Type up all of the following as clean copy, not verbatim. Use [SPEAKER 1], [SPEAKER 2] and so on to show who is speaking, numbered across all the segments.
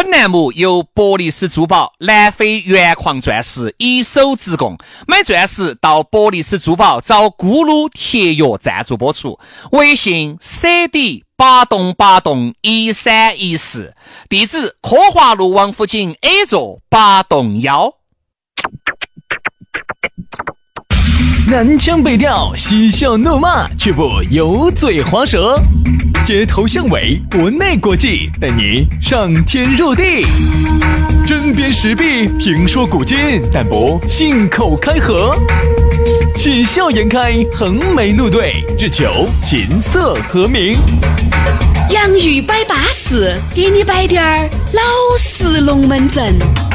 [SPEAKER 1] 本栏目由伯利斯珠宝南非原矿钻石一手直供，买钻石到伯利斯珠宝找咕噜铁约赞助播出。微信 CD8栋8栋1314，地址科华路王府井 A 座8栋1。
[SPEAKER 2] 南腔北调，嬉笑怒骂，却不油嘴滑舌，街头巷尾，国内国际，带你上天入地，针砭时弊，评说古今，但不信口开河，喜笑颜开，横眉怒对，只求琴瑟和鸣。
[SPEAKER 3] 洋芋摆巴士，给你摆点儿老式龙门阵。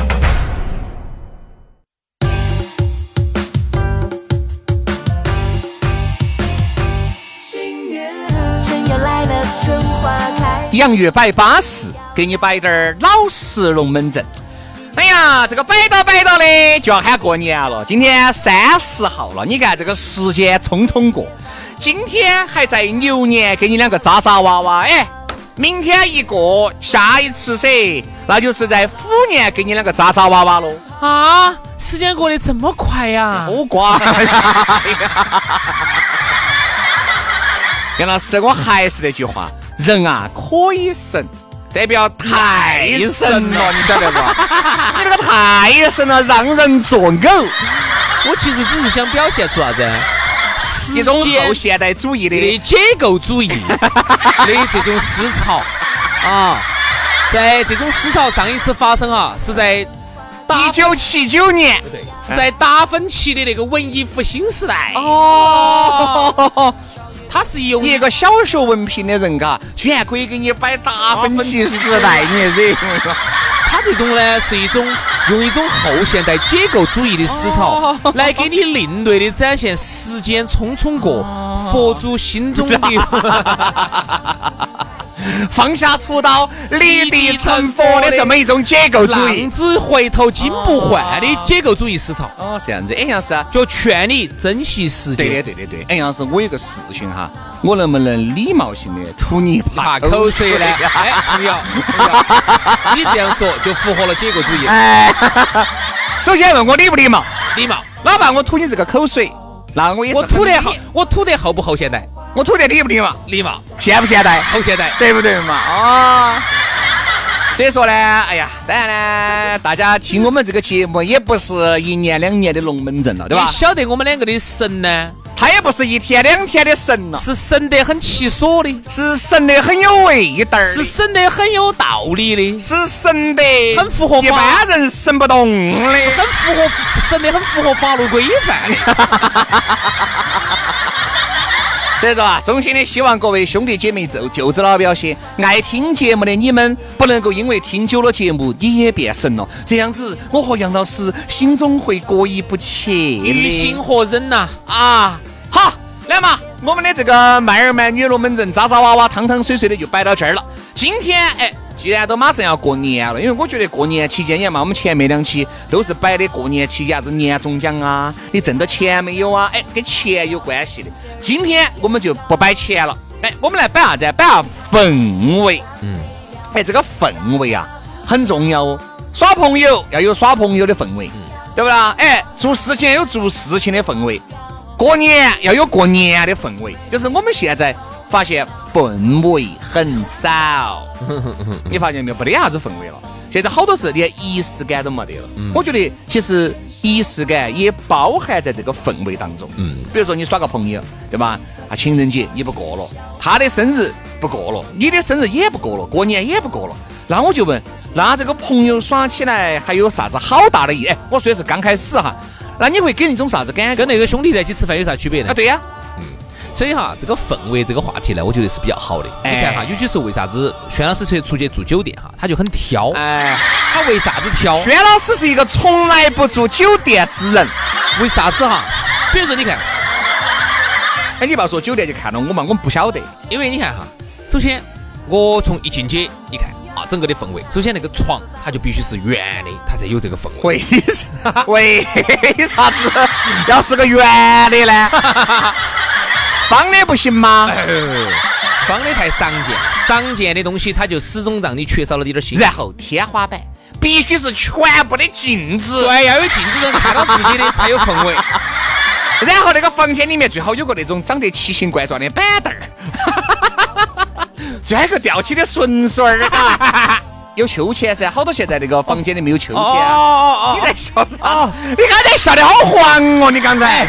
[SPEAKER 1] 洋芋摆巴士，给你摆点儿老式龙门阵。哎呀，这个摆到的就要喊过年了，今天30号了，你看这个时间匆匆过，今天还在牛年给你两个渣渣娃娃，哎，明天一过，下一次噻，那就是在虎年给你两个渣渣娃娃喽。
[SPEAKER 4] 啊，时间过得这么快呀！
[SPEAKER 1] 好瓜杨老师，我还是那句话，人啊可以神，但不要太神了，你晓得不？你那个太神了，让人作呕。
[SPEAKER 4] 我其实只是想表现出啥子？
[SPEAKER 1] 一种后现代主义的
[SPEAKER 4] 结构主义的这种思潮啊，在这种思潮上一次发生啊，是在
[SPEAKER 1] 1979年，
[SPEAKER 4] 对，是在达芬奇的那个文艺复兴时代。
[SPEAKER 1] 哦。
[SPEAKER 4] 他是用
[SPEAKER 1] 一个小学文凭的人嘎，居然可以给你摆达芬奇时代，你惹
[SPEAKER 4] 他这种呢是用一种后现代结构主义的思潮来给你另类的展现时间匆匆过，佛祖心中的
[SPEAKER 1] 放下屠刀立地成佛的这么一种结构主义，
[SPEAKER 4] 浪子回头金不换的结构主义思潮。
[SPEAKER 1] 哦，是这样子。哎，杨师啊，
[SPEAKER 4] 就劝你珍惜时间。
[SPEAKER 1] 对。哎，杨师，我有个事情哈，我能不能礼貌性的吐你一把口水呢？
[SPEAKER 4] 哎，不要，你这样说就符合了结构主义。
[SPEAKER 1] 哎，首先问我礼不礼貌？
[SPEAKER 4] 礼貌。
[SPEAKER 1] 老爸，我吐你这个口水，那我也是
[SPEAKER 4] 我吐得后不后现代？
[SPEAKER 1] 我吐得礼不礼貌？
[SPEAKER 4] 礼貌。
[SPEAKER 1] 现不现代？
[SPEAKER 4] 后现代，
[SPEAKER 1] 对不对嘛？啊，所以说呢，哎呀，当然呢，大家听我们这个节目也不是1年2年的龙门阵了，对吧？
[SPEAKER 4] 你晓得我们两个的神呢，
[SPEAKER 1] 他也不是1天2天的神了，
[SPEAKER 4] 是神得很其所的，
[SPEAKER 1] 是神得很有味道的，
[SPEAKER 4] 是神得很有道理的，
[SPEAKER 1] 是神得
[SPEAKER 4] 很符合
[SPEAKER 1] 一般人神不动的，
[SPEAKER 4] 神得很符合法律规范的。
[SPEAKER 1] 所以说啊，衷心的希望各位兄弟姐妹舅子老表些爱听节目的你们，不能够因为听久了节目你也变神了，这样子我和杨老师心中会过意不去，
[SPEAKER 4] 于心何忍呐？
[SPEAKER 1] 啊，好，来嘛，我们的这个慢儿慢女龙门阵渣渣娃娃汤汤水水的就摆到这儿了。今天既然都马上要过年了，因为我觉得过年期间也嘛，我们前面2期都是摆的过年期间啥子年终奖啊，你挣到钱没有啊？跟钱有关系的。今天我们就不摆钱了，我们来摆啥子？摆下氛围。这个氛围啊很重要哦。耍朋友要有耍朋友的氛围，对不啦？做事情有做事情的氛围，过年要有过年的氛围。就是我们现在发现氛围很少，你发现没有？没得啥子氛围了。现在好多事连仪式感都没得了。我觉得其实仪式感也包含在这个氛围当中。比如说你耍个朋友，对吧？情人节你不过了，他的生日不过了，你的生日也不过了，过年也不过了。那我就问，那这个朋友耍起来还有啥子好大的意义？我说的是刚开始哈，那你会给人一种啥子感觉？
[SPEAKER 4] 跟那个兄弟在一起吃饭有啥区别呢？
[SPEAKER 1] 对呀。
[SPEAKER 4] 所以哈，这个氛围这个话题呢，我觉得是比较好的。你看哈，尤其是为啥子轩老师出去住酒店哈，他就很挑。他为啥子挑？
[SPEAKER 1] 轩老师是一个从来不住酒店之人。
[SPEAKER 4] 为啥子哈？比如说你看，
[SPEAKER 1] 你不要说酒店就看到我嘛，我们不晓得。
[SPEAKER 4] 因为你看哈，首先我从一进去一看啊，整个的氛围，首先那个床它就必须是圆的，它才有这个氛围。
[SPEAKER 1] 为啥子要是个圆的呢？方的不行吗？
[SPEAKER 4] 装的太常见的东西，它就始终让你缺少了点心。
[SPEAKER 1] 然后天花板必须是全部的镜子，
[SPEAKER 4] 对，要有镜子能看到自己的才有氛围。
[SPEAKER 1] 然后那个房间里面最好有个那种长得奇形怪状的板凳儿，最好一个吊起的顺水儿。有秋千噻，好多现在那个房间里没有秋千。你在笑啥？你刚才笑得好黄哦！你刚才，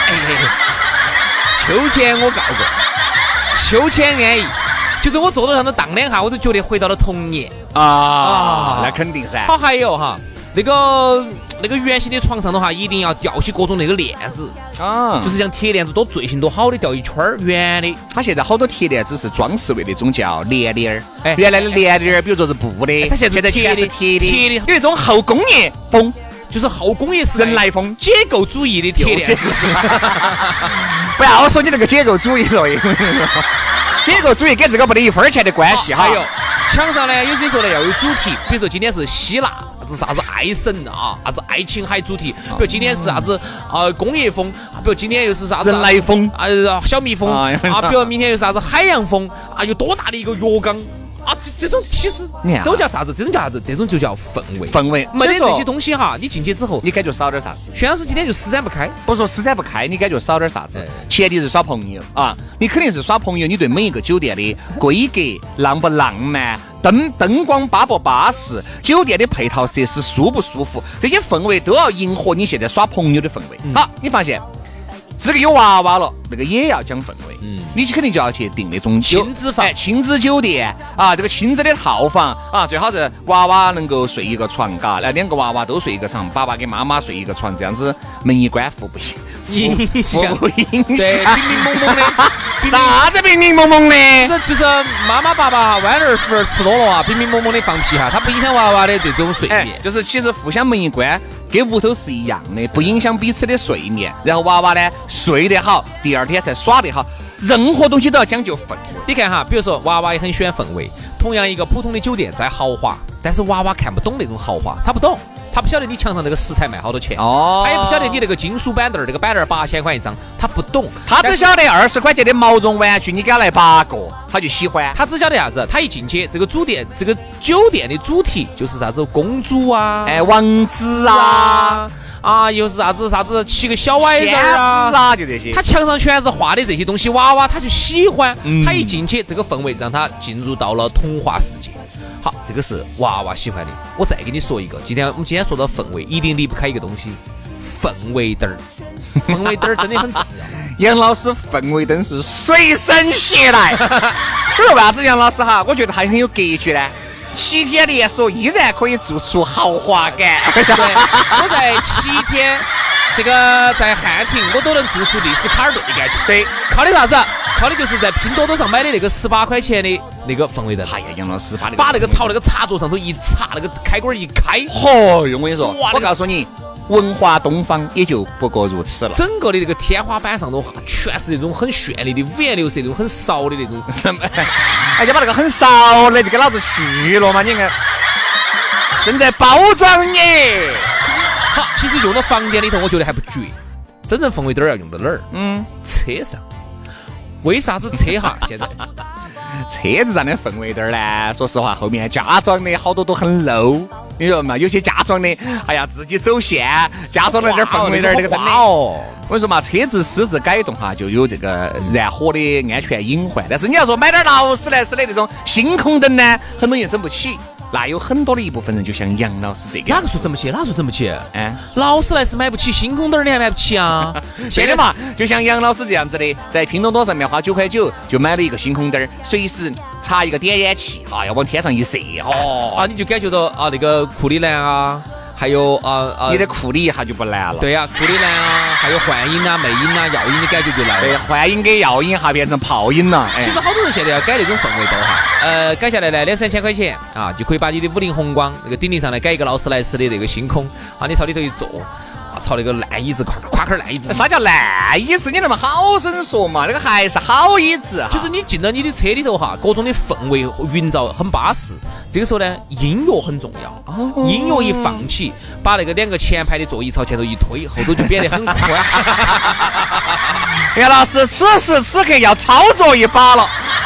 [SPEAKER 4] 秋千我告过，秋千安逸，就是我坐到上头荡两下，我都觉得回到了童年
[SPEAKER 1] 啊！那肯定噻。
[SPEAKER 4] 好，还有哈，那个圆形的床上的话，一定要吊起各种那个链子啊，就是像铁链子，多最型多好的，吊一圈儿圆的。
[SPEAKER 1] 它现在好多铁链子是装饰为那种叫帘帘儿，原来的帘帘儿，比如说是布的，
[SPEAKER 4] 它现在
[SPEAKER 1] 全是铁的，
[SPEAKER 4] 有
[SPEAKER 1] 一种后工业风，
[SPEAKER 4] 就是后工业时代
[SPEAKER 1] 人来风
[SPEAKER 4] 解构主义的铁链子。
[SPEAKER 1] 不要说你那个解构主义了，解构主义跟这个没得一分钱的关系哈。
[SPEAKER 4] 还有墙上呢，有些时候呢要有主题，比如说今天是希腊。啥子爱神啊，啥子爱琴海主题，比如今天是啥子工业风，比如今天又是啥子
[SPEAKER 1] 人来风
[SPEAKER 4] 小蜜蜂啊，比如明天又是啥子海洋风啊，有多大的一个浴缸啊，这种其实都叫啥子？这种叫啥子？这种就叫氛围。没得这些东西哈，你进去之后，
[SPEAKER 1] 你感觉少点啥子？
[SPEAKER 4] 薛老师今天就施展不开，
[SPEAKER 1] 不说施展不开，你感觉少点啥子？前提是耍朋友啊，你肯定是耍朋友，你对每一个酒店的规格浪不浪漫？灯光巴不巴适，酒店的配套设施舒不舒服，这些氛围都要迎合你现在耍朋友的氛围。好，你发现这个有娃娃了，那个也要讲氛围。你肯定就要去订那种
[SPEAKER 4] 亲子房、
[SPEAKER 1] 亲子酒店啊，这个亲子的套房啊，最好是娃娃能够睡一个床，嘎，那两个娃娃都睡一个床，爸爸跟妈妈睡一个床，这样子门一关互不影响，
[SPEAKER 4] 对，冰冰蒙蒙的，
[SPEAKER 1] 啥子冰冰蒙蒙的？
[SPEAKER 4] 就是妈妈爸爸弯儿扶儿吃多了啊，冰冰蒙蒙的放屁哈，它不影响娃娃的这种睡眠，
[SPEAKER 1] 就是其实互相门一关。跟屋头是一样的，不影响彼此的睡眠。然后娃娃呢睡得好，第二天才耍得好。任何东西都要讲究氛围。
[SPEAKER 4] 你看哈，比如说娃娃也很喜欢氛围。同样一个普通的酒店再豪华，但是娃娃看不懂那种豪华，他不懂，他不晓得你墙上那个石材卖好多钱，他也不晓得你那个金属板凳，那个板凳8000块一张，他不懂，
[SPEAKER 1] 他只晓得20块钱的毛绒玩具，你给他来8个，他就喜欢。
[SPEAKER 4] 他只晓得啥子？他一进去，这个酒店的主题就是啥子公主啊，
[SPEAKER 1] 王子啊，
[SPEAKER 4] 又是啥子骑个小矮人啊，
[SPEAKER 1] 就这些。
[SPEAKER 4] 他墙上全是画的这些东西，娃娃他就喜欢。他一进去，这个氛围让他进入到了童话世界。好，这个是娃娃喜欢的。我再给你说一个，我们今天说到氛围，一定离不开一个东西，氛围灯儿。氛围灯儿真的很重要。
[SPEAKER 1] 杨老师氛围灯是随身携带。这是为啥子杨老师哈？我觉得他很有格局呢。7天连锁依然可以做出豪华感。
[SPEAKER 4] 对，我在7天这个在汉庭我都能做出丽思卡尔顿的感觉。
[SPEAKER 1] 对，
[SPEAKER 4] 靠的啥子？靠的就是在拼多多上买的那个18块钱的那个氛围灯。
[SPEAKER 1] 哎呀，杨老师把
[SPEAKER 4] 那个朝那个插座上头一插，那个开关一开，
[SPEAKER 1] 我跟你说，我告诉你，文化东方也就不过如此了。
[SPEAKER 4] 整个的那个天花板上的话，全是那种很绚丽的五颜六色、那种很骚的那种。
[SPEAKER 1] 哎，就把那个很骚的就跟老子去了嘛！你看，正在包装你。
[SPEAKER 4] 好，其实用到房间里头，我觉得还不绝。真正氛围灯要用到哪儿？车上。为啥子车哈？现在
[SPEAKER 1] 车子上的氛围灯呢？说实话，后面加装的好多都很 low。你说嘛，有些加装的，哎呀，自己走线加装了点氛围灯，那个真的哦。我跟你说嘛，车子私自改动哈，就有这个燃火的安全隐患。但是你要说买点劳斯莱斯的那种星空灯呢，很多人整不起。那有很多的一部分人就像杨老师这个，
[SPEAKER 4] 哪个说整不起？哪说整不起？劳斯莱斯买不起，星空灯你还买不起啊？
[SPEAKER 1] 现在嘛，就像杨老师这样子的，在拼多多上面花9块9就买了一个星空灯，随时插一个点烟器啊，要往天上一射
[SPEAKER 4] 你就感觉到那个库里南啊。还有
[SPEAKER 1] 你的库里一下就不难了。
[SPEAKER 4] 对呀，库里南啊，还有幻音啊、魅音啊、耀音的感觉就来了。
[SPEAKER 1] 对，幻音跟耀音哈变成泡音了。
[SPEAKER 4] 其实好多人现在要改那种氛围灯哈，改下来呢2-3千块钱啊，就可以把你的50宏光那个顶顶上来改一个劳斯莱斯的那个星空啊，你朝里头一坐。朝那个烂椅子夸烂椅子，
[SPEAKER 1] 啥叫烂椅子？你那么好生说嘛，那个还是好椅子。
[SPEAKER 4] 就是你进到你的车里头哈，各种的氛围营造很巴适。这个时候呢，音乐很重要。音乐一放起，把那个2个前排的座椅朝前头一推，后头就变得很宽。
[SPEAKER 1] 杨老师，此时此刻要操作一把了。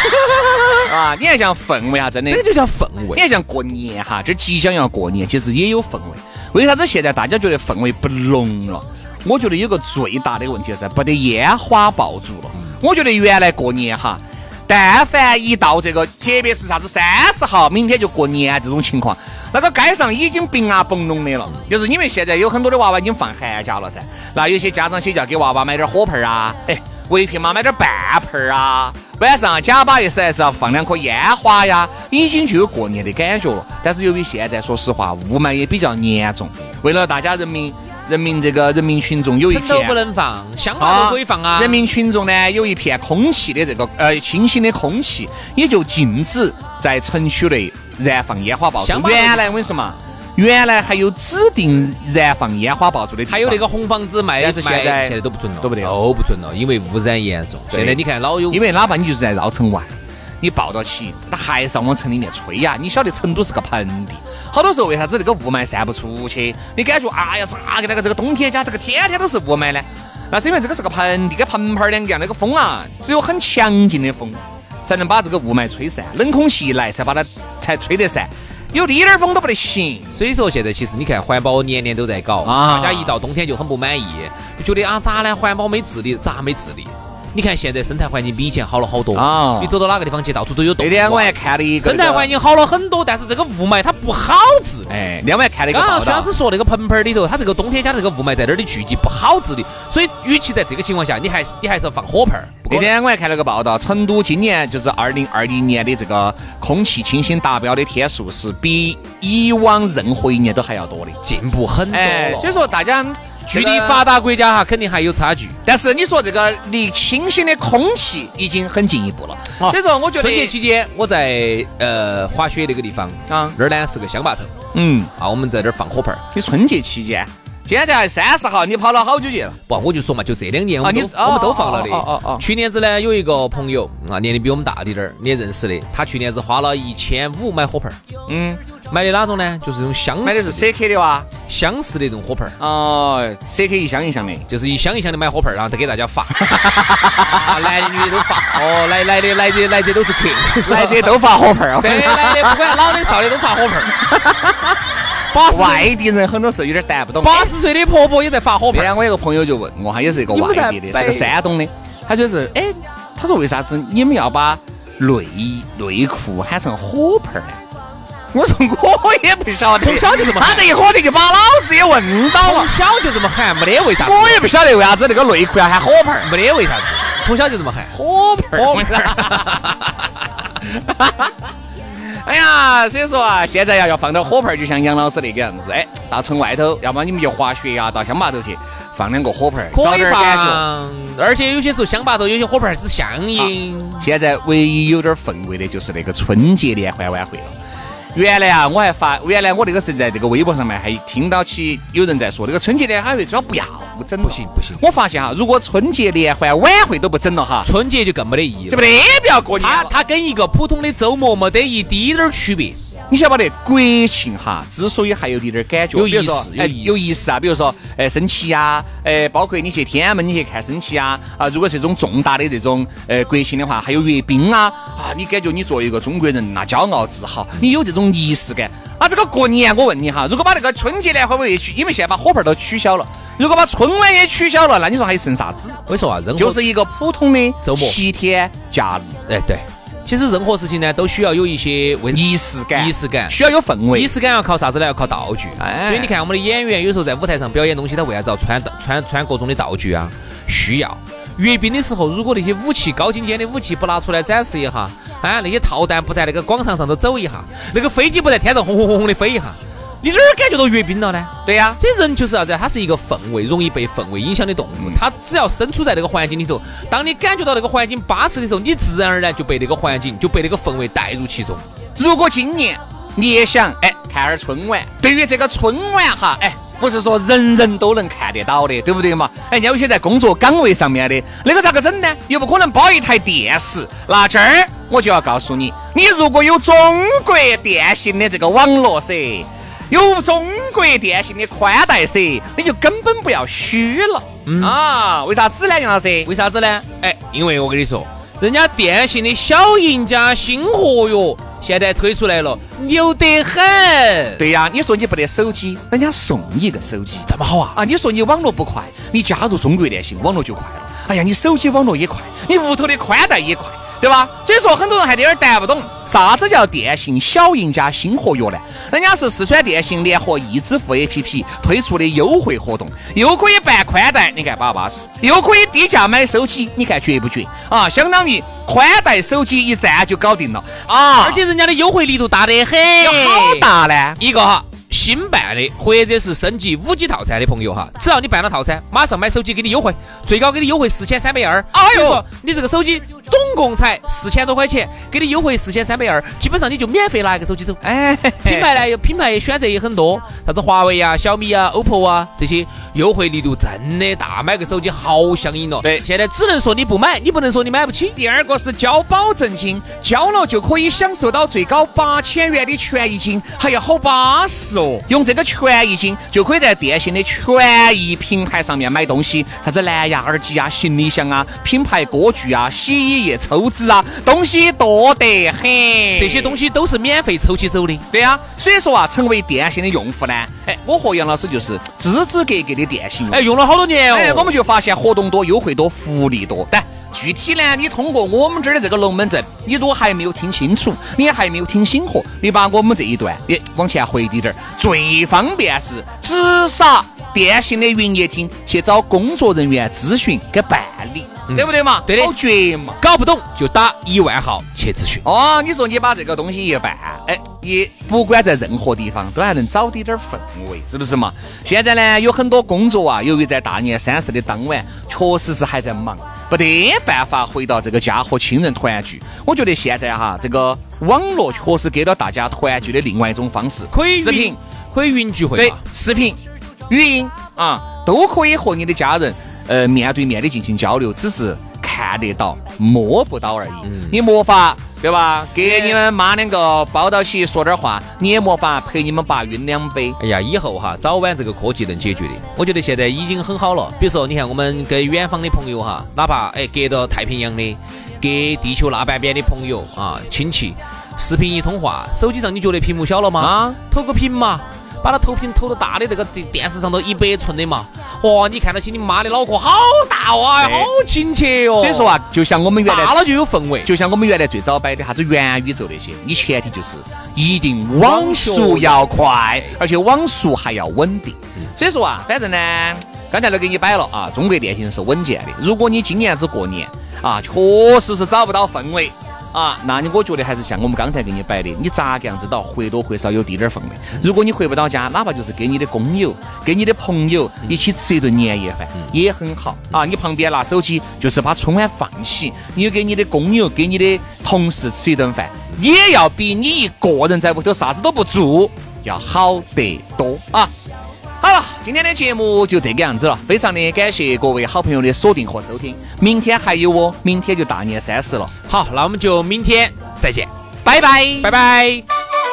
[SPEAKER 1] 啊，你还讲氛围哈，真的，
[SPEAKER 4] 这个就叫氛围。
[SPEAKER 1] 你还像过年哈，这即将要过年，其实也有氛围。为啥子现在大家觉得氛围不浓了？我觉得有个最大的问题是不得烟花爆竹了。我觉得原来过年哈，但凡一到这个，特别是啥子30号，明天就过年这种情况，那个街上已经冰啊崩隆的了。就是因为现在有很多的娃娃已经放寒假了噻，那有些家长些叫给娃娃买点火盆啊，围屏嘛买点半盆啊，晚上假把意思还是要放2颗烟花呀，已经就有过年的感觉了。但是由于现在说实话雾霾也比较严重，为了大家人民群众有一片
[SPEAKER 4] 城都不能放，香港都可以放啊。
[SPEAKER 1] 人民群众呢有一片空气的这个清新的空气，也就禁止在城区内燃放烟花爆竹。原来我跟你说嘛，原来还有指定燃放烟花爆竹的地方，
[SPEAKER 4] 还有那个红房子卖，
[SPEAKER 1] 但是现在
[SPEAKER 4] 都不准了，
[SPEAKER 1] 都不准了，
[SPEAKER 4] 因为污染严重。现在你看老有，
[SPEAKER 1] 因为哪怕你就是在绕城外，你抱到起，它还是要往城里面吹呀。你晓得成都是个盆地，好多时候为啥子那个雾霾散不出去？你感觉哎呀，咋个那个这个冬天家这个天天都是雾霾呢？那是因为这个是个盆地，跟盆盆两个样，那个风啊，只有很强劲的风才能把这个雾霾吹散，冷空气一来才吹得散。有滴点风都不得行。
[SPEAKER 4] 所以说现在其实你看环保年年都在搞，大家一到冬天就很不满意，就觉得啊咋呢？环保没治理，咋没治理？你看现在生态环境比以前好了好多啊！你走到哪个地方去，到处都有动物。
[SPEAKER 1] 那天我还看了一个
[SPEAKER 4] 生态环境好了很多，但是这个雾霾它不好治。
[SPEAKER 1] 另外看了一个报道，
[SPEAKER 4] 虽然是说那个盆盆里头，它这个冬天家这个雾霾在那儿的聚集不好治理，所以与其在这个情况下，你还是要放火盆。
[SPEAKER 1] 那天我还看了个报道，成都今年就是2020年的这个空气清新达标的天数是比以往任何一年都还要多的，
[SPEAKER 4] 进步很多了。
[SPEAKER 1] 所以说大家。
[SPEAKER 4] 距离发达国家哈肯定还有差距，
[SPEAKER 1] 但是你说这个离清新的空气已经很进一步了。所以说我觉得
[SPEAKER 4] 春节期间我在滑雪那个地方啊，那儿呢是个乡坝头，我们在这儿放火盆。
[SPEAKER 1] 你春节期间，现在30号，你跑了好久去了？
[SPEAKER 4] 不，我就说嘛，就这2年我们都放了的。去年子呢有一个朋友啊，年龄比我们大一点，你也认识的，他去年子花了1500买火盆。买的哪种呢？就是这种箱式，
[SPEAKER 1] 买的是 CK 的哇，
[SPEAKER 4] 箱式的那种火盆。
[SPEAKER 1] CK 一箱一箱的，
[SPEAKER 4] 就是一箱一箱的买火盆，然后再给大家发。男的女的都发。来者都是客，
[SPEAKER 1] 来者都发火盆。
[SPEAKER 4] 对，来的不管老的少的都发火盆。
[SPEAKER 1] 外地人很多时候有点担不懂。
[SPEAKER 4] 80岁的婆婆也在发火盆。
[SPEAKER 1] 我有个朋友就问我，他也是一个外地的，是个山东的，他就是他说为啥子你们要把内裤喊成火盆呢？我说我也不晓得，
[SPEAKER 4] 从小就这么喊。
[SPEAKER 1] 他这一伙的就把老子也问到了，
[SPEAKER 4] 从小就这么喊，没得为啥子。
[SPEAKER 1] 我也不晓得为啥子那个内裤要喊火盆，
[SPEAKER 4] 没得为啥子，从小就这么喊
[SPEAKER 1] 火盆。哎呀，所以说啊，现在要放点火盆，就像杨老师那个样子，到城外头，要么你们就滑雪呀，到乡坝头去放2个火盆，
[SPEAKER 4] 可以放。而且有些时候乡坝头有些火盆只相应。
[SPEAKER 1] 现在唯一有点氛围的就是那个春节联欢晚会了。原来啊，原来我那个是在这个微博上面还听到起有人在说，这个春节联欢会最好不要整了。
[SPEAKER 4] 不行。
[SPEAKER 1] 我发现哈，如果春节联欢晚会都不整了哈，
[SPEAKER 4] 春节就更没得意义了，
[SPEAKER 1] 对不对？不要过年了。
[SPEAKER 4] 它跟一个普通的周末没得一滴点区别。
[SPEAKER 1] 你晓不得国庆哈，之所以还有点感觉，
[SPEAKER 4] 有意思
[SPEAKER 1] 啊，比如说升旗啊，包括你去天安门你去看升旗啊，如果是这种重大的这种国庆的话，还有阅兵啊，你感觉你作为一个中国人那骄傲自豪，你有这种仪式感。这个过年我问你哈，如果把那个春节联欢晚会因为现在把火盆都取消了，如果把春晚也取消了，那你说还剩啥子？
[SPEAKER 4] 我说啊，
[SPEAKER 1] 就是一个普通的
[SPEAKER 4] 周末
[SPEAKER 1] 7天假日。
[SPEAKER 4] 对。其实任何事情呢，都需要有一些
[SPEAKER 1] 仪式感，需要有氛围。
[SPEAKER 4] 仪式感要靠啥子呢？要靠道具。所以你看我们的演员有时候在舞台上表演东西，他为啥子要穿各种的道具啊？需要。阅兵的时候，如果那些武器高精尖的武器不拿出来展示一下，那些炮弹不在那个广场上头走一下，那个飞机不在天上轰轰轰的飞一下，你哪儿感觉到阅兵了呢？
[SPEAKER 1] 对呀，
[SPEAKER 4] 这人就是啥子？他是一个氛围容易被氛围影响的动物。他只要身处在那个环境里头，当你感觉到那个环境巴适的时候，你自然而然就被那个环境，就被那个氛围带入其中。
[SPEAKER 1] 如果今年你也想看点春晚，对于这个春晚哈，不是说人人都能看得到的，对不对嘛？人家有些在工作岗位上面的那个咋个整呢？又不可能包一台电视。那这儿我就要告诉你，你如果有中国电信的这个网络噻，有中国电信的宽带噻，你就根本不要虚了。为啥子呢，杨老师？
[SPEAKER 4] 为啥子呢？因为我跟你说， 人家电信的小赢家星火哟，现在推出来了，牛得很。
[SPEAKER 1] 对呀，你说你不得手机，人家送你一个手机，
[SPEAKER 4] 这么好啊？
[SPEAKER 1] 啊，你说你网络不快，你加入中国电信网络就快了。哎呀，你手机网络也快，你屋头的宽带也快，对吧？所以说很多人还有点带不懂啥子叫电信小赢家星活跃呢？人家是四川电信联合易支付 APP 推出的优惠活动，又可以办宽带，你看巴适，又可以低价买手机，你看绝不绝啊？相当于宽带手机一站就搞定了啊！
[SPEAKER 4] 而且人家的优惠力度大得很，
[SPEAKER 1] 有好大呢？
[SPEAKER 4] 一个哈。新办的或者是升级5G 套餐的朋友哈，只要你办了套餐，马上买手机给你优惠，最高给你优惠4320。哎呦，你这个手机总共才4000多块钱，给你优惠4320，基本上你就免费拿一个手机走。哎，品牌呢有品牌选择也很多，啥子华为啊、小米啊、OPPO 啊这些优惠力度真的大，买个手机好相应了。
[SPEAKER 1] 对，
[SPEAKER 4] 现在只能说你不买，你不能说你买不起。
[SPEAKER 1] 第二个是交保证金，交了就可以享受到最高8000元的权益金，还要好巴适哦。用这个权益金就可以在电信的权益平台上面买东西，啥子蓝牙耳机啊、行李箱啊、品牌锅具啊、洗衣液抽纸啊，东西多得很。
[SPEAKER 4] 这些东西都是免费抽起走的。
[SPEAKER 1] 对啊，所以说啊，成为电信的用户呢，哎，我和杨老师就是支格格的电信用户，
[SPEAKER 4] 哎，用了好多年哦。
[SPEAKER 1] 哎，我们就发现活动多、优惠多、福利多。但具体呢，你通过我们这儿的这个龙门阵，你如果还没有听清楚，你还没有听醒火，你把我们这一段也往前回滴点儿，最方便是直杀电信的营业厅去找工作人员咨询跟办理，对不对嘛？
[SPEAKER 4] 对的，
[SPEAKER 1] 好绝嘛！
[SPEAKER 4] 搞不懂就打10000号去咨询。
[SPEAKER 1] 哦，你说你把这个东西一办，哎，你不管在任何地方都还能找点氛围，是不是嘛？现在呢，有很多工作啊，由于在大年30的当晚，确实是还在忙。不得办法回到这个家和亲人团聚，我觉得现在哈，这个网络确实给了大家团聚的另外一种方式，
[SPEAKER 4] 可以
[SPEAKER 1] 视频，
[SPEAKER 4] 可以云聚会，
[SPEAKER 1] 对，视频、语音啊，都可以和你的家人面对面的进行交流，只是看得到摸不到而已。你没法对吧？给你们妈两个抱到起说点话，你也没法陪你们爸晕2杯。
[SPEAKER 4] 哎呀，以后哈，早晚这个科技能解决的。我觉得现在已经很好了。比如说，你看我们跟远方的朋友哈，哪怕隔到太平洋的，给地球那半边的朋友啊亲戚，视频一通话，手机上你觉得屏幕小了吗？啊，投个屏嘛。把它投屏投到大的这个电视上头100寸的嘛，哇！你看到起你妈的脑壳好大哇，好亲切哦。
[SPEAKER 1] 所以说啊，就像我们原来
[SPEAKER 4] 大了就有氛围，
[SPEAKER 1] 就像我们原来最早摆的啥子元宇宙那些，你前提就是一定网速要快，而且网速还要稳定。所以说啊，反正呢，刚才都给你摆了啊，中国电信是稳健的。如果你今年子过年啊，确实是找不到氛围。啊，那我觉得还是像我们刚才给你摆的，你咋个样子到或多或少有滴点氛围。如果你回不到家，哪怕就是跟你的工友、跟你的朋友一起吃一顿年夜饭，也很好啊。你旁边拿手机，就是把春晚放起，你给你的工友、给你的同事吃一顿饭，也要比你一个人在屋头啥子都不做要好得多啊。好了，今天的节目就这个样子了，非常的感谢各位好朋友的锁定和收听。明天还有哦，明天就大年30了。
[SPEAKER 4] 好，那我们就明天再见，
[SPEAKER 1] 拜拜，
[SPEAKER 4] 拜拜。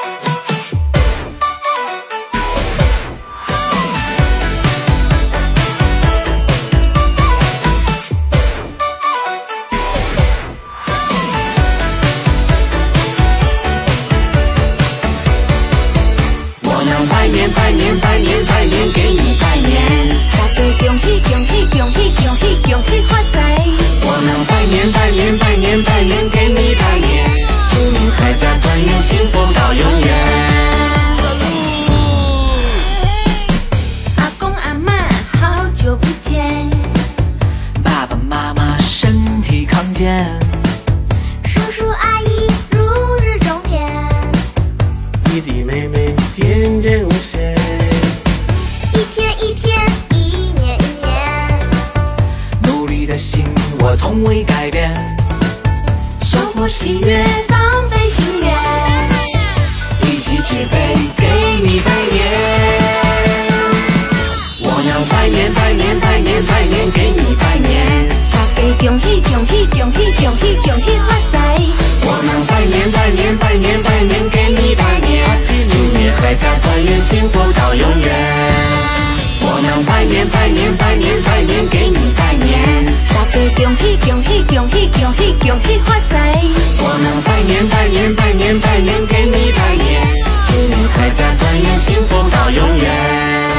[SPEAKER 5] 拜年给你拜年，大家恭喜恭喜恭喜恭喜恭喜发财！我能拜年给你拜年，祝你阖家团圆幸福到永远。阿公阿嬷好久不见，
[SPEAKER 6] 爸爸妈妈身体康健，
[SPEAKER 5] 叔叔阿姨如日中天，
[SPEAKER 7] 弟弟妹妹天真无邪。
[SPEAKER 5] 一天一天，一年一年，
[SPEAKER 6] 努力的心我从未改变，
[SPEAKER 5] 收获喜悦，放飞心愿，
[SPEAKER 6] 一起举杯给你拜年。我要拜年给你拜年，
[SPEAKER 5] 大家恭喜恭喜恭喜恭喜恭喜发财！
[SPEAKER 6] 我要拜年给你拜年，祝你阖家团圆幸福到永远。 我能百年百年百年百年给你拜年，
[SPEAKER 5] 大家恭喜恭喜恭喜恭喜恭喜发财！
[SPEAKER 6] 我能百年百年百年百年给你拜年，祝你阖家团圆，幸福到永远。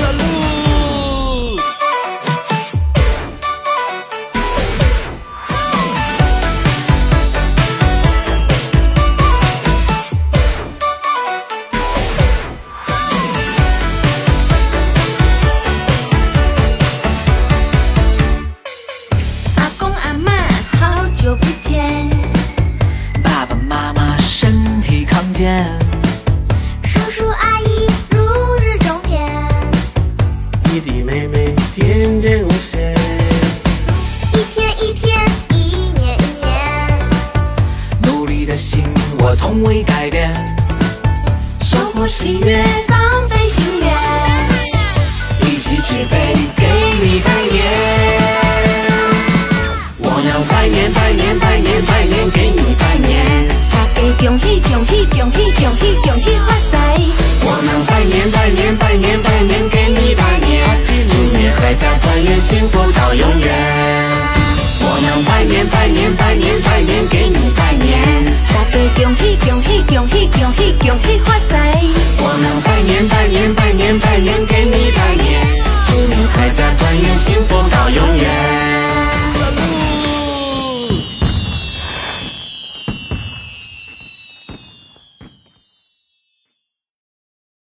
[SPEAKER 5] 阿公阿嬷好久不见，
[SPEAKER 6] 爸爸妈妈身体康健，
[SPEAKER 5] 叔叔阿姨如日中天，
[SPEAKER 7] 弟弟妹妹天天无邪，
[SPEAKER 5] 一天一天，一年一年，
[SPEAKER 6] 努力的心我从未改变，收获喜悦，
[SPEAKER 5] 放飞心愿，
[SPEAKER 6] 一起举杯给你拜年。我能百年百年百年百年给你拜年，
[SPEAKER 5] 大家恭喜恭喜恭喜恭喜恭喜发财！
[SPEAKER 6] 我能百年百年百年百年给你拜年，祝你阖家团圆，幸福到永远。我能百年百年百年百年给你拜年，
[SPEAKER 5] 大家恭喜恭喜恭喜恭喜恭喜发财！